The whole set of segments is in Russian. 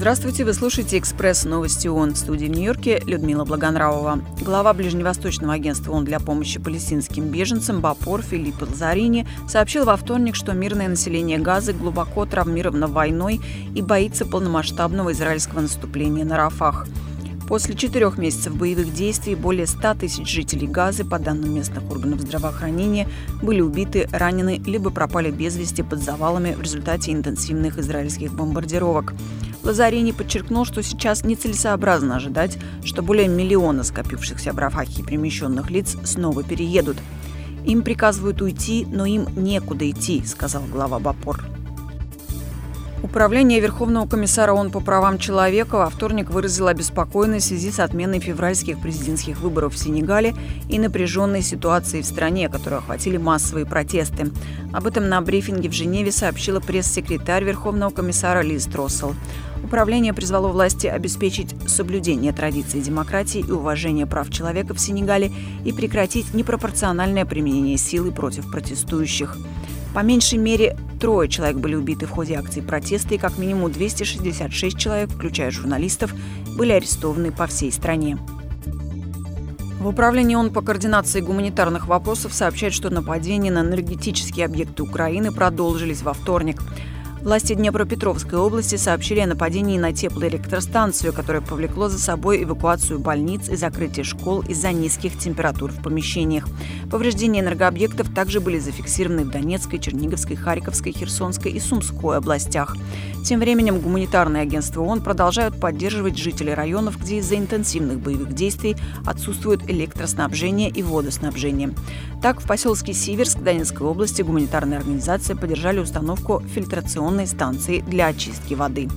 Здравствуйте, вы слушаете «Экспресс новости ООН». В студии в Нью-Йорке Людмила Благонравова. Глава Ближневосточного агентства ООН для помощи палестинским беженцам Бапор Филиппо Лазарини сообщил во вторник, что мирное население Газы глубоко травмировано войной и боится полномасштабного израильского наступления на Рафах. После 4 месяцев боевых действий более 100 тысяч жителей Газы, по данным местных органов здравоохранения, были убиты, ранены либо пропали без вести под завалами в результате интенсивных израильских бомбардировок. Лазарини подчеркнул, что сейчас нецелесообразно ожидать, что более 1 миллиона скопившихся в Рафахе перемещенных лиц снова переедут. «Им приказывают уйти, но им некуда идти», — сказал глава Бапор. Управление Верховного комиссара ООН по правам человека во вторник выразило обеспокоенность в связи с отменой февральских президентских выборов в Сенегале и напряженной ситуацией в стране, которую охватили массовые протесты. Об этом на брифинге в Женеве сообщила пресс-секретарь Верховного комиссара Лиз Троссел. Управление призвало власти обеспечить соблюдение традиций демократии и уважения прав человека в Сенегале и прекратить непропорциональное применение силы против протестующих. По меньшей мере 3 человек были убиты в ходе акций протеста, и как минимум 266 человек, включая журналистов, были арестованы по всей стране. В управлении ООН по координации гуманитарных вопросов сообщают, что нападения на энергетические объекты Украины продолжились во вторник. Власти Днепропетровской области сообщили о нападении на теплоэлектростанцию, которое повлекло за собой эвакуацию больниц и закрытие школ из-за низких температур в помещениях. Повреждения энергообъектов также были зафиксированы в Донецкой, Черниговской, Харьковской, Херсонской и Сумской областях. Тем временем гуманитарные агентства ООН продолжают поддерживать жителей районов, где из-за интенсивных боевых действий отсутствует электроснабжение и водоснабжение. Так, в поселке Сиверск Донецкой области гуманитарные организации поддержали установку фильтрационной станции для очистки воды.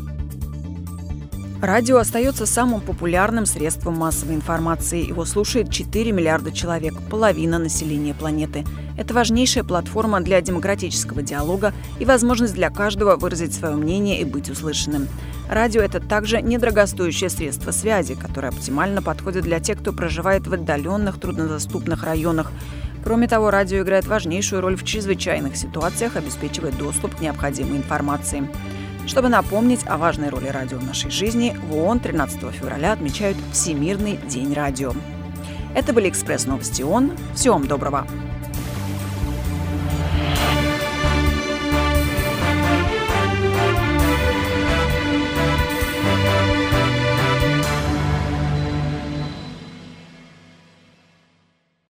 Радио остается самым популярным средством массовой информации. Его слушает 4 миллиарда человек, половина населения планеты. Это важнейшая платформа для демократического диалога и возможность для каждого выразить свое мнение и быть услышанным. Радио – это также недорогостоящее средство связи, которое оптимально подходит для тех, кто проживает в отдаленных, труднодоступных районах. Кроме того, радио играет важнейшую роль в чрезвычайных ситуациях, обеспечивая доступ к необходимой информации. Чтобы напомнить о важной роли радио в нашей жизни, в ООН 13 февраля отмечают Всемирный день радио. Это были «Экспресс новости ООН». Всего вам доброго!